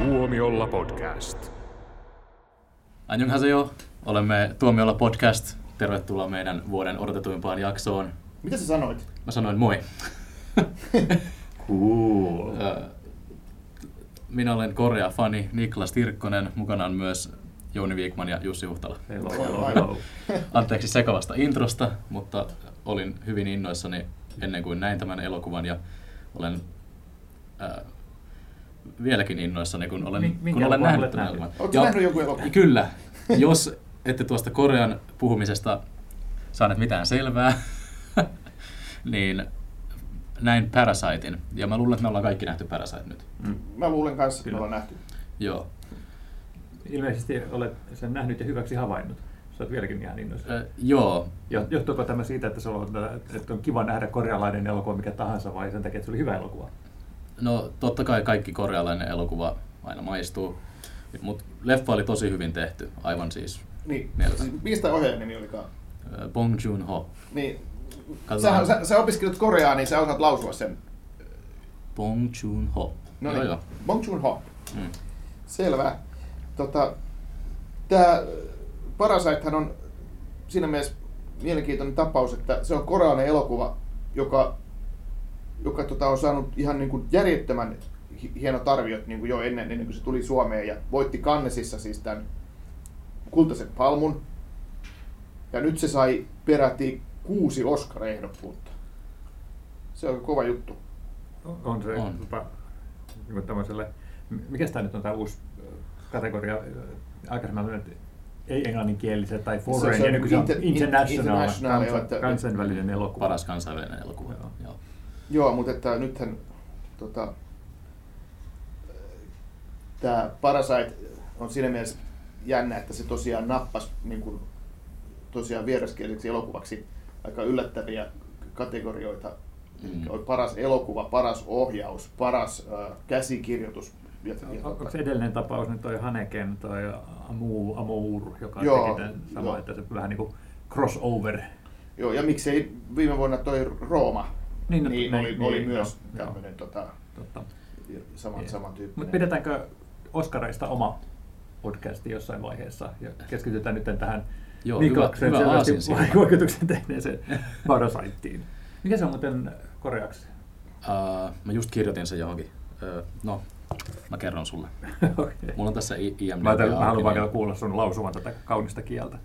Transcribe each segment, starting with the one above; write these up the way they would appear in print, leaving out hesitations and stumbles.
Tuomiolla podcast. Annyeonghaseyo, olemme Tuomiolla podcast. Tervetuloa meidän vuoden odotetuimpaan jaksoon. Mitä sä sanoit? Mä sanoin moi. Cool. Minä olen Korea-fani Niklas Tirkkonen. Mukana on myös Jouni Viikman ja Jussi Huhtala. Hello. Anteeksi sekavasta introsta, mutta olin hyvin innoissani ennen kuin näin tämän elokuvan ja olen vieläkin innoissani, kun olen nähnyt tämän elokuvan. Oletko nähnyt joku elokuva? Kyllä. Jos ette tuosta Korean puhumisesta saaneet mitään selvää, niin näin Parasitein. Ja mä luulen, että me ollaan kaikki nähty Parasite nyt. Mä luulen kanssa, että me ollaan nähty. Joo. Ilmeisesti olet sen nähnyt ja hyväksi havainnut. Sä oot vieläkin ihan innoissa. Joo. Johtuuko tämä siitä, että on kiva nähdä korealainen elokuva mikä tahansa vai sen takia, että se oli hyvä elokuva? No totta kai kaikki korealainen elokuva aina maistuu, mutta leffa oli tosi hyvin tehty, aivan siis Niin, mieltä. mistä ohjaajan nimi olikaan? Bong Joon-ho. Niin, sä opiskelut koreaa, niin sä osaat lausua sen. Bong Joon-ho. No niin, Joo. Bong Joon-ho. Selvä. Tää Parasitehan on siinä mielessä mielenkiintoinen tapaus, että se on korealainen elokuva, joka on saanut ihan niin kuin järjettömän hienot arviot niin kuin jo ennen kuin se tuli Suomeen ja voitti Cannesissa siis tämän kultaisen palmun. Ja nyt se sai peräti 6 Oscar-ehdokkuutta. Se on kova juttu. On se niin tämmöiselle, mikä tämä nyt on tämä uusi kategoria? Aikaisemmin ei englanninkieliset tai foreign, se on international, kansainvälinen elokuva. Paras kansainvälinen elokuva. Joo, mutta että nythän tämä Parasite on siinä mielessä jännä, että se tosiaan nappasi niin kuin, tosiaan vieraskieliseksi elokuvaksi aika yllättäviä kategorioita. Oli paras elokuva, paras ohjaus, paras käsikirjoitus. Onko se edellinen tapaus nyt toi Haneken, toi Amour, joka teki tämän samaa, että se vähän niin kuin crossover. Joo, ja miksei viime vuonna toi Rooma oli myös tämmöinen samantyyppinen. Mutta pidetäänkö Oscareista oma podcasti jossain vaiheessa ja keskitytään nyt tähän Niklaksen selvästi vaikutuksen tehneeseen Parasiteen. Mikä se on muuten koreaksi? Mä just kirjoitin sen johonkin. Mä kerron sulle. Okay. Mulla on tässä IMDb. Mä haluan vaan kuulla sun lausuman tätä kaunista kieltä.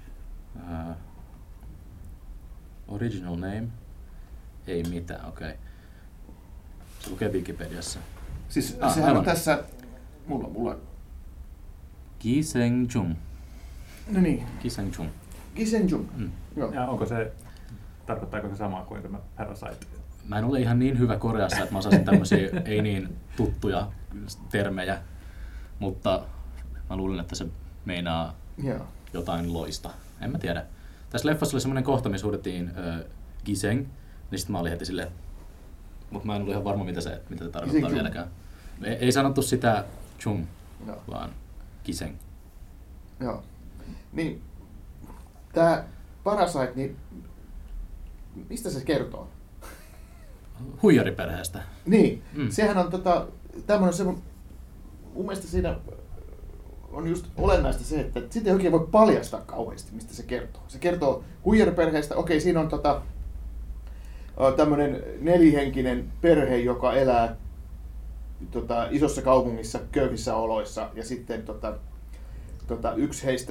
Original name? Ei mitään, okei. Se lukee Wikipediassa. Siis sehän on tässä... Mulla... Ki Seng-jung. No niin. Ki Seng-jung. Ki Seng-jung. Joo. Ja tarkoittaako se samaa kuin tämä Parasite? Mä en ole ihan niin hyvä Koreassa, että mä osaisin tämmöisiä ei niin tuttuja termejä, mutta mä luulen, että se meinaa jotain loista. En mä tiedä. Tässä leffassa oli semmoinen kohta, missä huudettiin Giseng, niin sit mä olin heti silleen, mutta mä en ollut ihan varma, mitä se tarkoittaa vieläkään. Ei sanottu sitä Chung, vaan Giseng. Joo. Niin, tää Parasite, niin mistä se kertoo? Huijariperheestä. Niin, sehän on tämmönen mun mielestä siinä on just olennaista se, että siitä ei oikein voi paljastaa kauheasti, mistä se kertoo. Se kertoo huijariperheestä, okei, siinä on tämmönen 4-henkinen perhe, joka elää isossa kaupungissa köyhissä oloissa ja sitten yksi heistä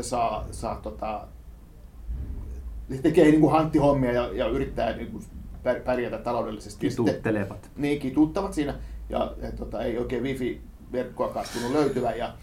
tekee niinku hanttihommia ja yrittää niinku pärjätä taloudellisesti. Kituuttelevat. Niin, kituuttavat siinä ja ei oikein wifi-verkkoa kastunut löytyvän ja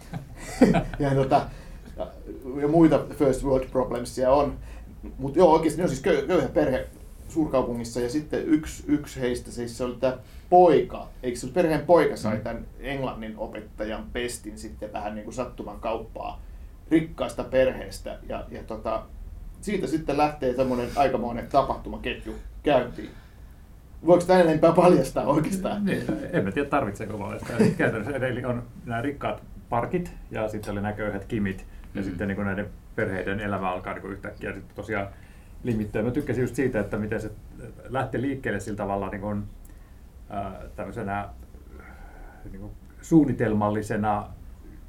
muita first world problemsia on. Mutta joo, oikeasti ne on siis köyhä perhe suurkaupungissa ja sitten yksi heistä, siis se oli tämä poika, eikö se perheen poika sai tämän englannin opettajan pestin sitten vähän niin kuin sattuman kauppaa rikkaasta perheestä ja siitä sitten lähtee semmoinen aikamoinen tapahtumaketju käyntiin. Voiko tämän enempää paljastaa oikeastaan? Niin, en mä tiedä tarvitseeko paljastaa. Käytännössä edelleen on nämä rikkaat parkit ja sitten oli nämä köyhät kimit ja sitten niin näiden perheiden elämä alkaa niin yhtäkkiä sitten tosiaan limittyä. Mä tykkäsin just siitä, että miten se lähtee liikkeelle sillä tavalla niin kuin, tämmöisenä niin kuin suunnitelmallisena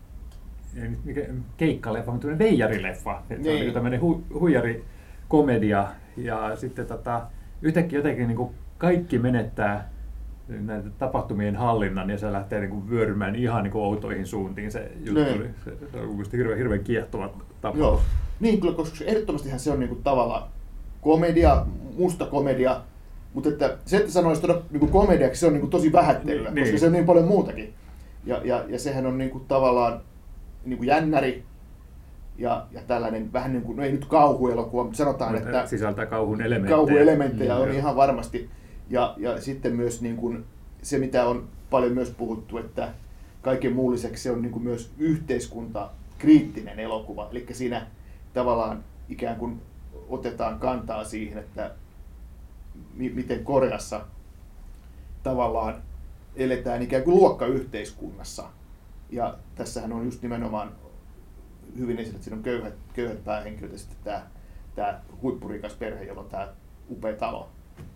keikkaleffa, mutta tämmöinen veijarileffa. Se on tämmöinen huijarikomedia ja sitten yhtäkkiä jotenkin niin kuin kaikki menettää näitä tapahtumien hallinnan ja se lähtee niin kuin vyörymään ihan niin kuin outoihin suuntiin. Se on mielestäni hirveän kiehtova tapaus. Joo. Niin, kyllä, koska ehdottomastihan se on niin kuin tavallaan komedia, musta komedia, mutta että se, että sanoisi niin komediaksi, se on niin kuin tosi vähättelyä, koska se on niin paljon muutakin. Ja sehän on niin kuin tavallaan niin kuin jännäri ja tällainen vähän niin kuin, no ei nyt kauhuelokuva, mutta sanotaan, että sisältää kauhun elementtejä. Kauhuelementtejä on ihan varmasti. Ja sitten myös niin kuin se, mitä on paljon myös puhuttu, että kaiken muun lisäksi se on niin kuin myös yhteiskuntakriittinen elokuva. Eli siinä tavallaan ikään kuin otetaan kantaa siihen, että miten Koreassa tavallaan eletään ikään kuin luokkayhteiskunnassa. Ja tässähän on just nimenomaan hyvin esillä, että siinä on köyhät päähenkilöt ja sitten tämä huippurikas perhe, jolla on tämä upea talo.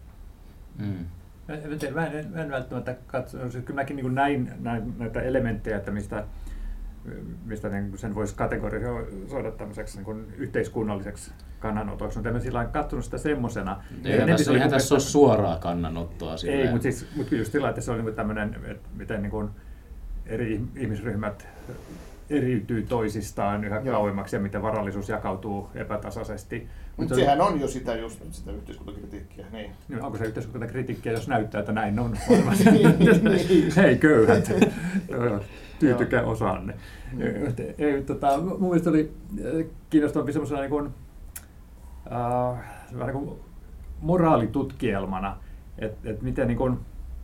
Mä en välttämättä katso, kyllä mäkin niin näin näitä elementtejä, että mistä sen voisi kategorisoida tämmöiseksi niin yhteiskunnalliseksi kannanotoksi. Mutta en sillä katsonut sitä semmosena. Eihän tässä ole suoraa kannanottoa. Ei, mutta just sillä, että se on niin tämmöinen, että miten niin eri ihmisryhmät eriytyy toisistaan yhä kauemmaksi ja miten varallisuus jakautuu epätasaisesti. Mutta sehän on jo sitä yhteiskuntakritiikkiä. Niin. Onko se yhteiskuntakritiikkiä, jos näyttää, että näin on? Hei köyhät, tyytykää osaanne. Mun mielestä oli kiinnostavampi semmoisena niin kuin moraalitutkielmana, että miten niin kuin,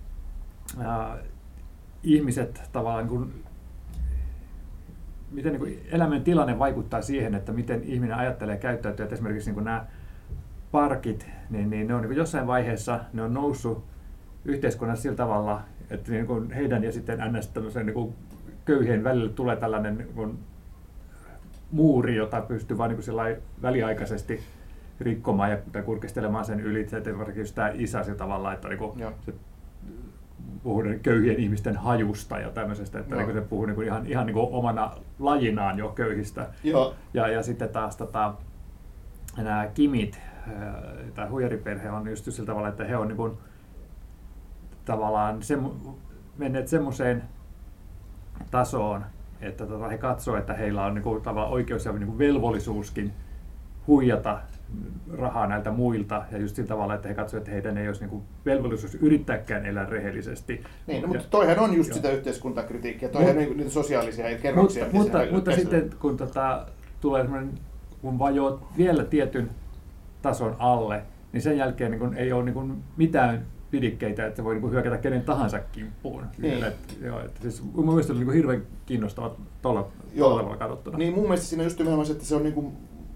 ihmiset tavallaan niin kuin, miten niin kuin elämän tilanne vaikuttaa siihen, että miten ihminen ajattelee ja käyttäytyy. Että esimerkiksi niin kuin nämä parkit, niin ne on niin kuin jossain vaiheessa ne on noussut yhteiskunnassa sillä tavalla, että niin kuin heidän ja sitten ns. Tämmöisen niin kuin köyhien välille tulee tällainen niin kuin muuri, jota pystyy vain niin väliaikaisesti rikkomaan ja kurkistelemaan sen yli. Että varsinkin just tämä isä sillä tavalla, että niin kuin se puhuu köyhien ihmisten hajusta ja tämmöisestä, että niin se puhuu niin ihan niin kuin omana lajinaan jo köyhistä. Ja sitten taas nämä Kimit, tämä huijariperhe on just sillä tavalla, että he on niin kuin, tavallaan menneet semmoiseen tasoon, että he katsoo, että heillä on niin kuin, tavallaan oikeus ja niin kuin velvollisuuskin huijata rahaa näiltä muilta ja just sillä tavalla, että he katsovat, että heidän ei olisi niin kuin velvollisuus yrittääkään elää rehellisesti. Niin, no, mutta toihan on just sitä yhteiskuntakritiikkiä, toihan on niitä sosiaalisia kerroksia. Mutta sitten kun tulee semmoinen, kun vajoat vielä tietyn tason alle, niin sen jälkeen niin kun ei ole niin kun mitään pidikkeitä, että se voi niin kun hyökätä kenen tahansa kimppuun. Niin. Siis mun mielestä oli niin kun hirveän kiinnostavaa tuolla tavalla katsottuna. Niin mun mielestä siinä on just nimenomaan se, että se on niin kuin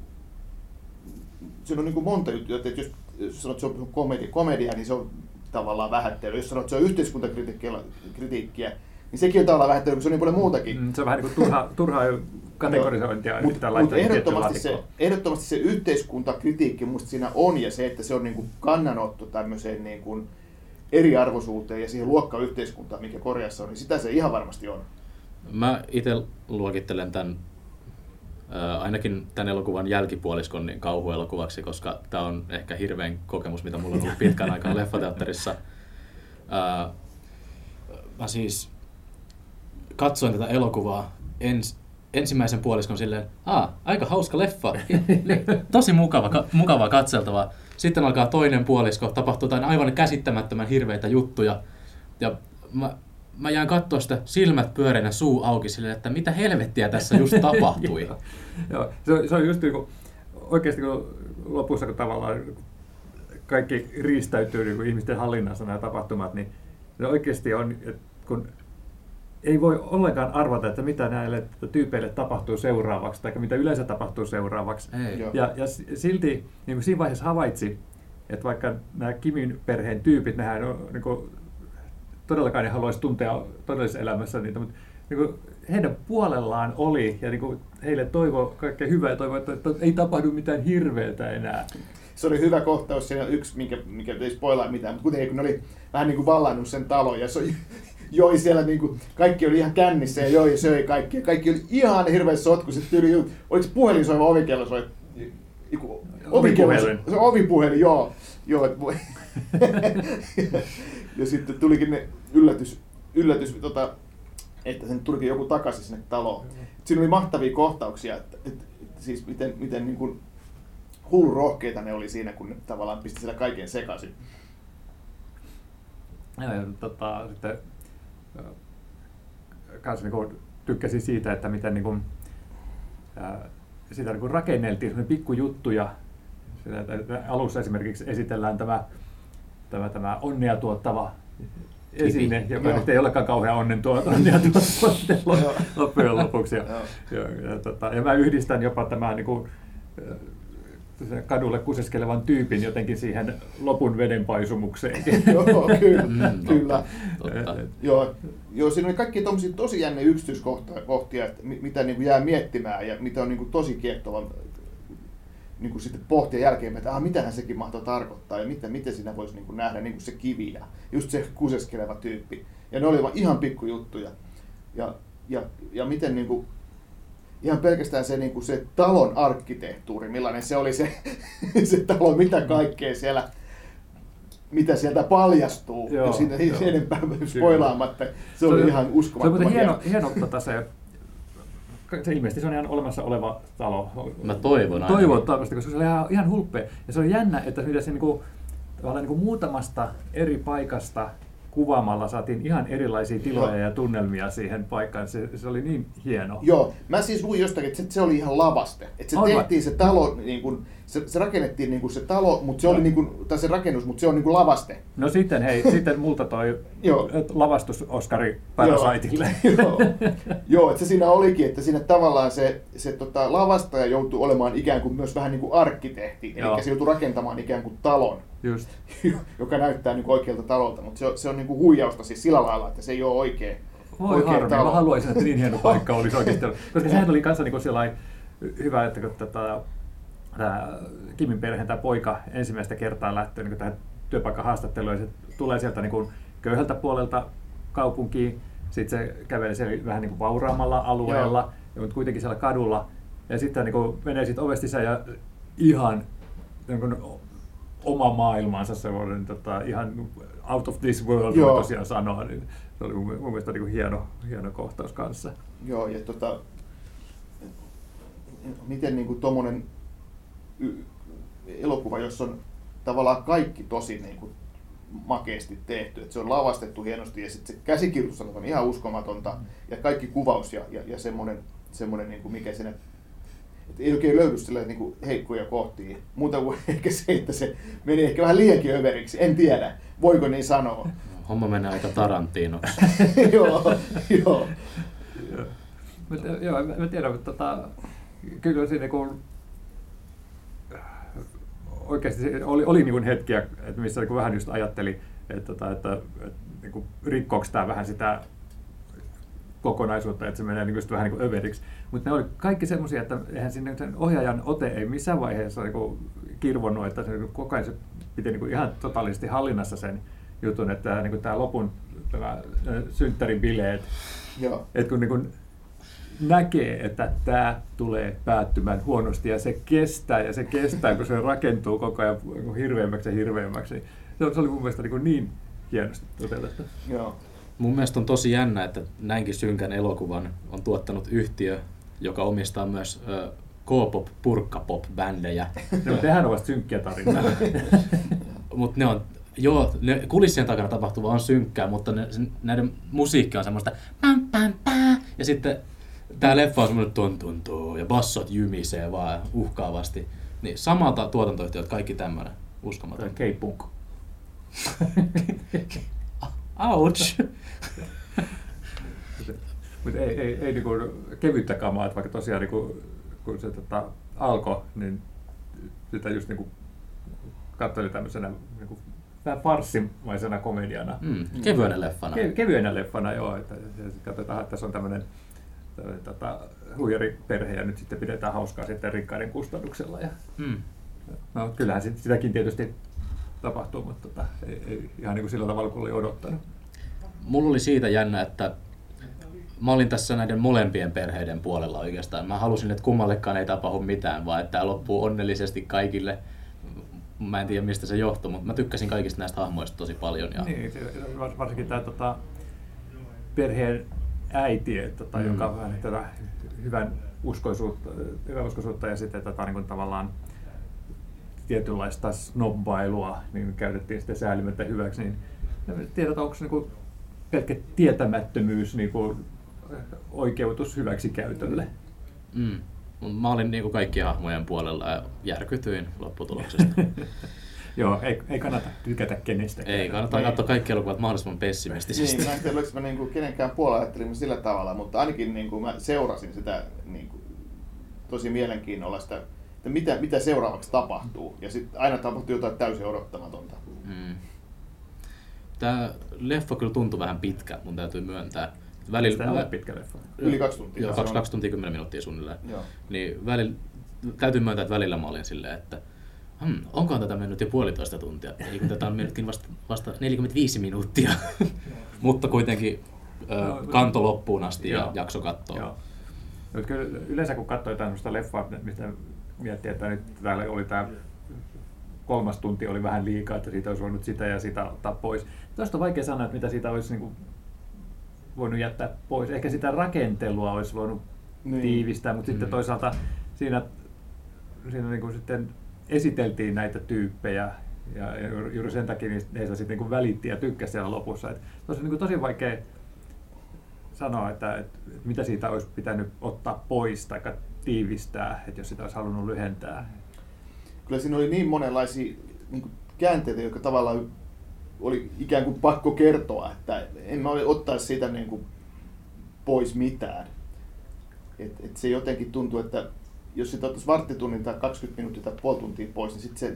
monta juttua, että jos sanot, että se on komedia, niin se on tavallaan vähättely. Jos sanot, että se on yhteiskuntakritiikkiä, niin sekin on tavallaan vähättely, kun se on niin paljon muutakin. Se on vähän niin kuin turhaa kategorisointia. Mutta ehdottomasti se yhteiskuntakritiikki musta siinä on, ja se, että se on niin kuin kannanotto tämmöiseen niin kuin eriarvoisuuteen ja siihen luokkayhteiskuntaan, mikä Koreassa on, niin sitä se ihan varmasti on. Mä itse luokittelen tämän ainakin tämän elokuvan jälkipuoliskon niin kauhuelokuvaksi, koska tämä on ehkä hirveän kokemus, mitä mulla on ollut pitkään aikaan leffateatterissa. Mä siis katsoin tätä elokuvaa ensimmäisen puoliskon silleen, aika hauska leffa, tosi mukavaa katseltavaa. Sitten alkaa toinen puolisko, tapahtuu jotain aivan käsittämättömän hirveitä juttuja. Ja mä jään katsoa sitä silmät pyöreinä, suu auki silleen, että mitä helvettiä tässä just tapahtui. Joo, se on just niin kuin, oikeasti kun lopussa kun tavallaan kaikki riistäytyy niin kuin ihmisten hallinnassa nämä tapahtumat, niin se oikeasti on, kun ei voi ollenkaan arvata, että mitä näille tyypeille tapahtuu seuraavaksi tai mitä yleensä tapahtuu seuraavaksi. Ja silti niin kuin siinä vaiheessa havaitsi, että vaikka nämä Kimin perheen tyypit, nehän on niin kuin, todellakaan ei haluaisi tuntea todellisessa elämässä niitä, mutta niin kuin heidän puolellaan oli ja niin kuin heille toivo kaikkea hyvää ja toivo, että ei tapahdu mitään hirveätä enää. Se oli hyvä kohtaus, siinä yksi, mikä ei spoilaa mitään, mutta kuitenkin kun ne oli vähän niin kuin vallannut sen talon ja se on joi siellä niinku, kaikki oli ihan kännissä ja joi ja söi kaikki. Ja kaikki oli ihan hirveän sotkuiset tyyli. Oliko se puhelin soiva ovikello soi? Ovipuhelin, joo. Ja sitten tulikin ne yllätys että sen tulikin joku takaisin sinne taloon. Siinä oli mahtavia kohtauksia, että siis miten niin kuin hullu rohkeita ne oli siinä, kun ne tavallaan pisti siellä kaiken sekaisin. Sitten kans niin tykkäsin siitä, että miten niin kuin, sitä niin kuin rakenneltiin semmoinen pikkujuttuja. Alussa esimerkiksi esitellään tämä onnea tuottava esine, joka nyt ei olekaan kauhean onnea tuottava loppujen lopuksi. Ja mä yhdistän jopa tämän niin kuin, kadulle kuseskelevan tyypin jotenkin siihen lopun vedenpaisumukseen. Joo, kyllä. Joo, siinä oli kaikki tommosia tosi jänne yksityiskohtia, että mitä niin kuin jää miettimään ja mitä on niin kuin tosi kiehtova niin kuin sitten pohtia jälkeen, että mitähän sekin mahtoi tarkoittaa ja miten siinä voisi niin kuin nähdä niin kuin se kivi ja just se kuseskeleva tyyppi. Ja ne olivat ihan pikkujuttuja. Ja miten niin kuin, ihan pelkästään se, niin kuin se talon arkkitehtuuri, millainen se oli se talo, mitä kaikkea siellä, mitä sieltä paljastuu. Ja siitä ei enempää spoilaamatta. Se oli ihan uskomattoman hieno se ilmeisesti se on ihan olemassa oleva talo. Mä toivon Toivottavasti, koska se oli ihan hulppea. Ja se oli jännä, että se niinku muutamasta eri paikasta kuvaamalla saatiin ihan erilaisia tiloja ja tunnelmia siihen paikkaan. Se oli niin hieno. Joo, mä siis luin jostakin, että se oli ihan lavaste. Että se tehtiin se talo, niin kuin, se rakennettiin niin kuin se talo, mutta se oli niin kuin, tai se rakennus, mutta se on niin kuin lavaste. No sitten multa toi lavastus-Oskari Parasiteille. Joo, että se siinä olikin, että siinä tavallaan se lavastaja joutui olemaan ikään kuin myös vähän niin kuin arkkitehti, eli se joutui rakentamaan ikään kuin talon. Just. Joka näyttää niin oikealta talolta, mutta se on niin kuin huijausta siis sillä lailla, että se ei ole oikea harmi, talo. Mä haluaisin, että niin hieno paikka olisi oikeasti. Koska sehän oli kanssa niin sellainen hyvä, että kun Kimin perheen tämä poika ensimmäistä kertaa lähtee niin tähän työpaikkahaastatteluun, ja se tulee sieltä niin kuin köyhältä puolelta kaupunkiin, sitten se kävelee siellä vähän niin kuin vauraammalla alueella, mutta kuitenkin siellä kadulla, ja sitten niin kuin menee siitä ovesta sisään ja ihan niin kuin oma maailmansa, se on ihan out of this world, voi tosiaan sanoa, niin se oli mun mielestä niin kuin hieno kohtaus kanssa. Joo, ja miten niin kuin tommonen elokuva, jossa on tavallaan kaikki tosi niin kuin makeasti tehty, että se on lavastettu hienosti ja sitten se käsikirjoitus on ihan uskomatonta ja kaikki kuvaus ja semmoinen niin kuin mikä siinä, että ei oikein löydy sillä niin kuin heikkoja kohtia, muuta kuin ehkä se, että se menee ehkä vähän liiankin överiksi, en tiedä, voiko niin sanoa. Homma menee aika Tarantinoksi. Joo. Joo, mä tiedän, mutta kyllä siinä niin oikeasti oli niin kuin hetkiä, että missä niin vähän just ajatteli, että niin kuin rikkoako tämä vähän sitä kokonaisuutta, että se menee niin vähän niin kuin överiksi. Mutta ne oli kaikki semmoisia, että eihän sinne sen ohjaajan ote ei missään vaiheessa niin kuin kirvonnut, että se koko ajan se piti niin kuin ihan totaalisesti hallinnassa sen jutun, että niin kuin tämä lopun synttärin bileet, että kun niin kuin näkee, että tämä tulee päättymään huonosti ja se kestää, kun se rakentuu koko ajan hirveämmäksi ja hirveämmäksi. Se oli mun mielestä niin hienosti toteutettu. Joo. Mun mielestä on tosi jännä, että näinkin synkän elokuvan on tuottanut yhtiö, joka omistaa myös K-pop, purkkapop-bändejä. Nehän ovat synkkiä tarinoita. Mutta ne on, ne kulissien takana tapahtuva on synkkää, mutta näiden musiikki on semmoista ja sitten tää leffa on semmoinen tuntuu ja bassot jymisee vaan uhkaavasti. Niin samalta tuotantoyhtiöt, kaikki tämmöinen uskomaton. K-punk. Ouch! Mutta ei niinku kevyttä kamaa, että vaikka tosiaan niinku, kun se alkoi, niin sitä just niinku katseli tämmöisenä niinku vähän farssimaisena komediana. Kevyenä leffana. Kevyenä leffana, joo. Että katsotaan, että tässä on tämmöinen huijariperhe ja nyt sitten pidetään hauskaa sitten rikkaiden kustannuksella. Ja, no, kyllähän sitäkin tietysti tapahtuu, mutta ei ihan niin kuin sillä tavalla kuin oli odottanut. mulla oli siitä jännä, että mä olin tässä näiden molempien perheiden puolella oikeastaan. Mä halusin, että kummallekaan ei tapahdu mitään, vaan että tämä loppuu onnellisesti kaikille. Mä en tiedä, mistä se johtui, mutta mä tykkäsin kaikista näistä hahmoista tosi paljon. Ja... Niin, varsinkin tämä perheen äiti, joka on vähän tätä hyvän uskoisuutta ja sitten niin tavallaan tietynlaista snobbailua niin käytettiin sitten säälimättä hyväksi. Niin, tiedät, onko se niin pelkkä tietämättömyys niin oikeutus hyväksikäytölle? Mä olin niin kuin kaikkien hahmojen puolella ja järkytyin lopputuloksesta. Joo, ei kannata tykätä kenestäkään. Ei kannata katsoa kaikki elokuvat mahdollisimman pessimistisesti. Niin, mä en tiedä, oliko mä niinku kenenkään puolella ajattelin sillä tavalla, mutta ainakin niinku mä seurasin sitä niinku tosi mielenkiinnolla sitä, että mitä seuraavaksi tapahtuu. Ja sitten aina tapahtuu jotain täysin odottamatonta. Tämä leffa kyllä tuntui vähän pitkä, mun täytyy myöntää. Sitä on pitkä leffa. Yli 2 tuntia. Joo, 2 tuntia 10 minuuttia suunnilleen. Joo. Niin täytyy myöntää, että välillä mä olin silleen, että onkohan tätä mennyt jo 1,5 tuntia? Eli kun tätä on mennytkin vasta 45 minuuttia. Mutta kuitenkin kanto loppuun asti ja jakso katsoa. Joo. Kyllä yleensä kun katsoo jotain sellaista leffaa, mistä miettii, että nyt täällä oli tämä 3 tunti oli vähän liikaa, että siitä olisi voinut sitä ja sitä ottaa pois. Tuosta on vaikea sanoa, että mitä siitä olisi niin kuin voinut jättää pois. Ehkä sitä rakentelua olisi voinut tiivistää, mutta sitten toisaalta siinä niin kuin sitten esiteltiin näitä tyyppejä ja juuri sen takia heistä sitten niin välitti ja tykkäsi siellä lopussa. Tuossa on niin tosi vaikea sanoa, että mitä siitä olisi pitänyt ottaa pois tai tiivistää, että jos sitä olisi halunnut lyhentää. Kyllä siinä oli niin monenlaisia niin käänteitä, jotka tavallaan oli ikään kuin pakko kertoa, että en mä ottaisi siitä niin kuin pois mitään. Et se jotenkin tuntuu, että jos sitä ottaisi varttitunnin tai 20 minuuttia tai puoli tuntia pois, niin sitten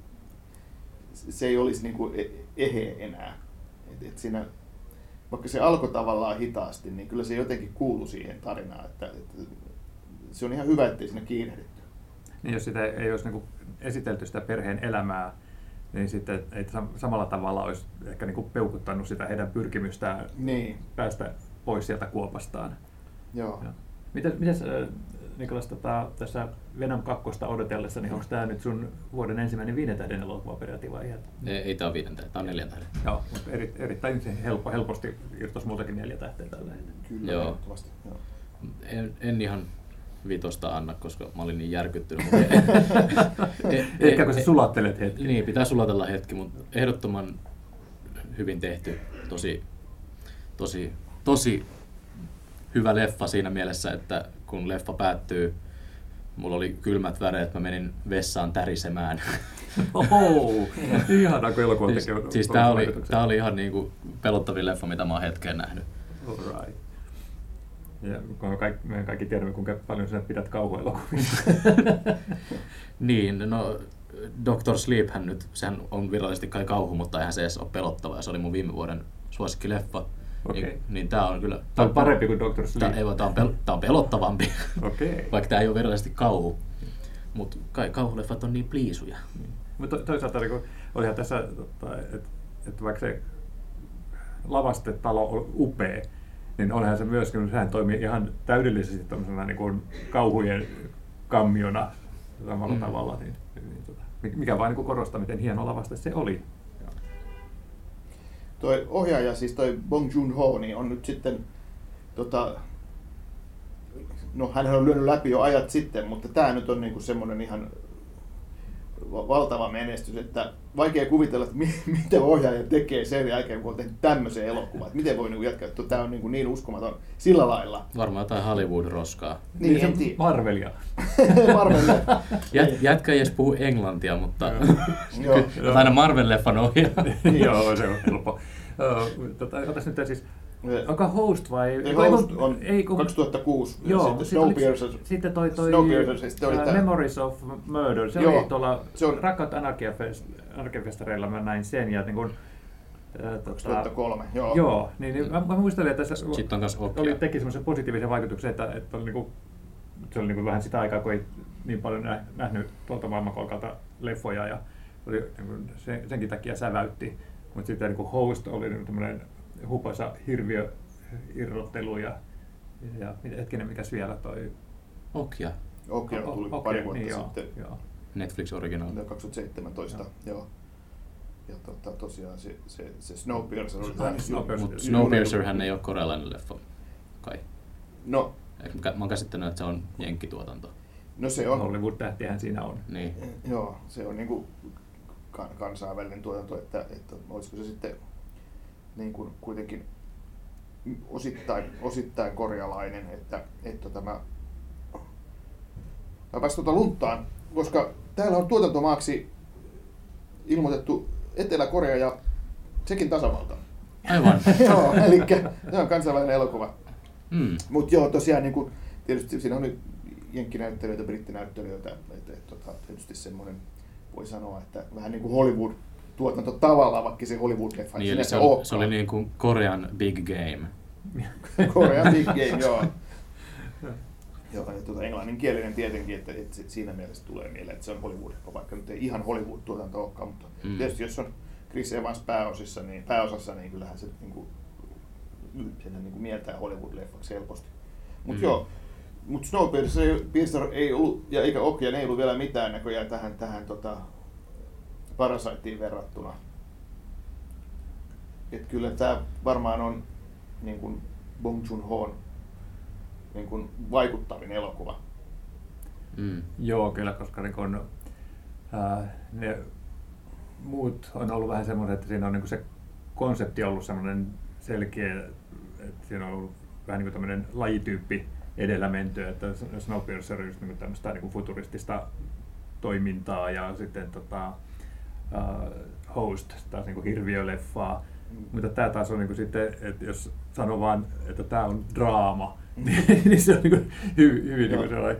se ei olisi niin kuin eheä enää. Et siinä, vaikka se alkoi tavallaan hitaasti, niin kyllä se jotenkin kuului siihen tarinaan. Että se on ihan hyvä, ettei siinä kiirehditty. Niin, jos sitä ei olisi niin kuin esitelty sitä perheen elämää, niin sitten ei samalla tavalla olisi ehkä niin kuin peukuttanut sitä heidän pyrkimystään päästä pois sieltä kuopastaan. Joo. Mites Nikolas, tässä Venom 2 odotellessa, niin onko tämä nyt sun vuoden ensimmäinen 5 tähden elokuva periaatteessa vai? Ei tämä ole 5 tähden, tämä on 4 tähden. Joo, mutta erittäin helposti irtoisi muutakin 4 tähteä tällä hetkellä. Kyllä, joo. Joo. En ihan 5 anna, koska mä olin niin järkyttynyt. Ehkä kun sä sulattelet hetki. Niin, pitää sulatella hetki, mutta ehdottoman hyvin tehty. Tosi hyvä leffa siinä mielessä, että kun leffa päättyy, mulla oli kylmät väreet, mä menin vessaan tärisemään. Ihanaa, kun elokuva tekee. Siis tää oli ihan niinku pelottavin leffa, mitä mä oon hetkeen nähnyt. Alright. Ja me kaikki tiedämme, kuinka paljon sinä pidät kauhuelokuvista. Niin, no Dr. Sleephän nyt, sehän on virallisesti kai kauhu, mutta eihän se edes ole pelottava, ja se oli mun viime vuoden suosikkileffa. Okay. Niin tää on kyllä... Tää on parempi kuin Dr. Sleep. Tää on pelottavavampi, Okay. vaikka tää ei ole virallisesti kauhu. Mutta kai kauhuleffat on niin pliisuja. Mutta toisaalta olihan tässä, että vaikka se lavastetalo on upea, niin onhan se myöskin, sehän toimii ihan täydellisesti tämmöisenä niin kuin kauhujen kammiona samalla tavalla. Mikä vain niin korostaa, miten hieno lavaste se oli. Toi ohjaaja, siis toi Bong Joon-ho, niin on nyt sitten, no hänhän on lyönyt läpi jo ajat sitten, mutta tää nyt on niinku semmoinen ihan valtava menestys, että vaikea kuvitella, että mitä ohjaaja tekee sen jälkeen, kun on tehnyt tämmöisen elokuvan. Että miten voi niinku jatkaa, että tämä on niin uskomaton sillä lailla. Varmaan jotain Hollywood-roskaa. Niin, en tiedä. Marvelia. Marvelia. Jätkä ei edes puhu englantia, mutta Joo. aina Marvel-leffan ohjaa. Joo, se on helppo. Otas nyt siis, onko Host vai? Host on 2006. Joo, sitten toi Memories of Murder, se oli tuolla Rakkaat Anarkiafestareilla, mä näin sen. Ja niin kun, 2003, joo. Joo, niin mä muistelin, että tässä teki semmoisen positiivisen vaikutuksen, että oli niinku, se oli niinku vähän sitä aikaa, kun ei niin paljon nähnyt tuolta maailmankolkalta leffoja ja oli, senkin takia säväytti. Mutta sitten niin Host oli tämmöinen hupoisa hirviöirrottelu ja hetkinen, mikäs vielä toi... Okja. Okja tuli pari vuotta niin, sitten. Joo. Netflix original. 2017, joo. Ja tosiaan se Snowpiercer oli... Mutta Snowpiercerhän ei ole korealainen leffa, kai. No. Mä oon käsittänyt, että se on jenkkituotanto. No se on. Hollywood-tähtihän siinä on. Niin. Joo, se on niinku kansainvälinen tuotanto, että olisiko se sitten niin kuin kuitenkin osittain korealainen, että tämä pääsi lunttaan, koska täällä on tuotantomaaksi ilmoitettu Etelä-Korea ja Tšekin tasavalta. Aivan. Joo, eli se on kansainvälinen elokuva. Mutta joo, tosiaan niin kuin, tietysti siinä on jenkkinäyttelijöitä, brittinäyttelijöitä, että tietysti semmoinen voi sanoa, että vähän niin kuin Hollywood-tuotanto tavallaan, vaikka se Hollywood-leffa niin, sinänsä se oli niin kuin Korean Big Game. Korean Big Game, joo. Joo, ja englanninkielinen tietenkin, että siinä mielessä tulee mieleen, että se on Hollywood, vaikka nyt ei ihan Hollywood-tuotanto olekaan, mutta tietysti jos on Chris Evans pääosassa, niin kyllähän se niin kuin mieltää Hollywood-leffaksi helposti. Mutta joo, mutta Snowpiercer ei ollut, ja eikä Okja, ei ollut vielä mitään näköjään tähän Parasiteen verrattuna. Et kyllä tämä varmaan on niin kuin Bong Joon-hoon niin kuin vaikuttavin elokuva. Joo, kyllä, koska niin ne muut on ollut vähän semmoiset, että siinä on niin se konsepti ollut semmoinen selkeä, että siinä on ollut vähän niin kuin tämmöinen lajityyppi edellä menty, että Snowpiercer on just niin kuin tämmöistä niin kuin futuristista toimintaa ja sitten Host taas niin kuin hirviöleffaa. Mutta tämä taas on niin kuin sitten, että jos sanoo vaan, että tämä on draama, niin se on niin kuin hyvin niin kuin sellainen,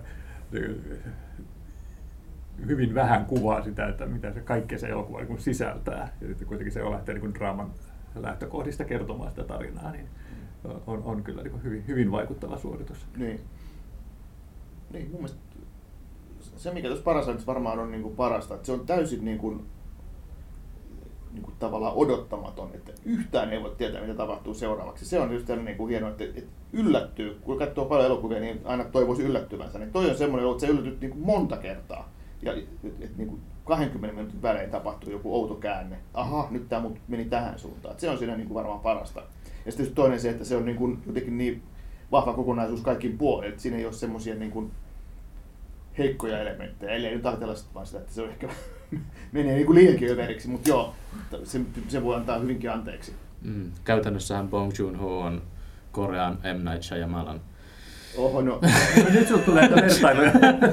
hyvin vähän kuvaa sitä, että mitä se kaikkea se elokuva niin kuin sisältää. Ja sitten kuitenkin se on lähteä niin kuin draaman lähtökohdista kertomaan sitä tarinaa, niin on kyllä niin kuin hyvin vaikuttava suoritus. Niin, mun mielestä se mikä tuossa Parasitessa varmaan on niin kuin parasta, että se on täysin niin kuin tavallaan odottamaton, että yhtään ei voi tietää, mitä tapahtuu seuraavaksi. Se on just niin kuin hienoa, että yllättyy. Kun katsoo paljon elokuvia, niin aina toivoisi yllättyvänsä. Niin toi on semmoinen, että sä yllätyt niin kuin monta kertaa. Ja että niin kuin 20 minuutin välein tapahtuu joku outo käänne. Aha, nyt tämä meni tähän suuntaan. Että se on siinä niin kuin varmaan parasta. Ja sitten toinen se, että se on niin kuin jotenkin niin vahva kokonaisuus kaikin puolin, että siinä ei ole semmoisia niin kuin heikkoja elementtejä. Ellei nyt ajatella vaan sitä, että se on ehkä menee niin kuin liiankin överiksi, mutta joo, se voi antaa hyvinkin anteeksi. Käytännössähän Bong Joon-ho on Korean M. Night Shyamalan. Oho, no. Nyt sinulle tulee näitä vertailuja.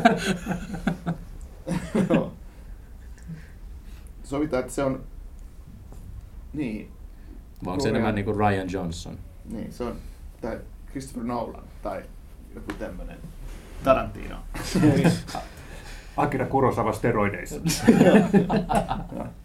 No. Sovitaan, että se on... Niin. Vai onko se enemmän niin kuin Ryan Johnson? Niin, se on tai Christopher Nolan tai joku tämmöinen Tarantino. Akira Kurosawa steroideissa.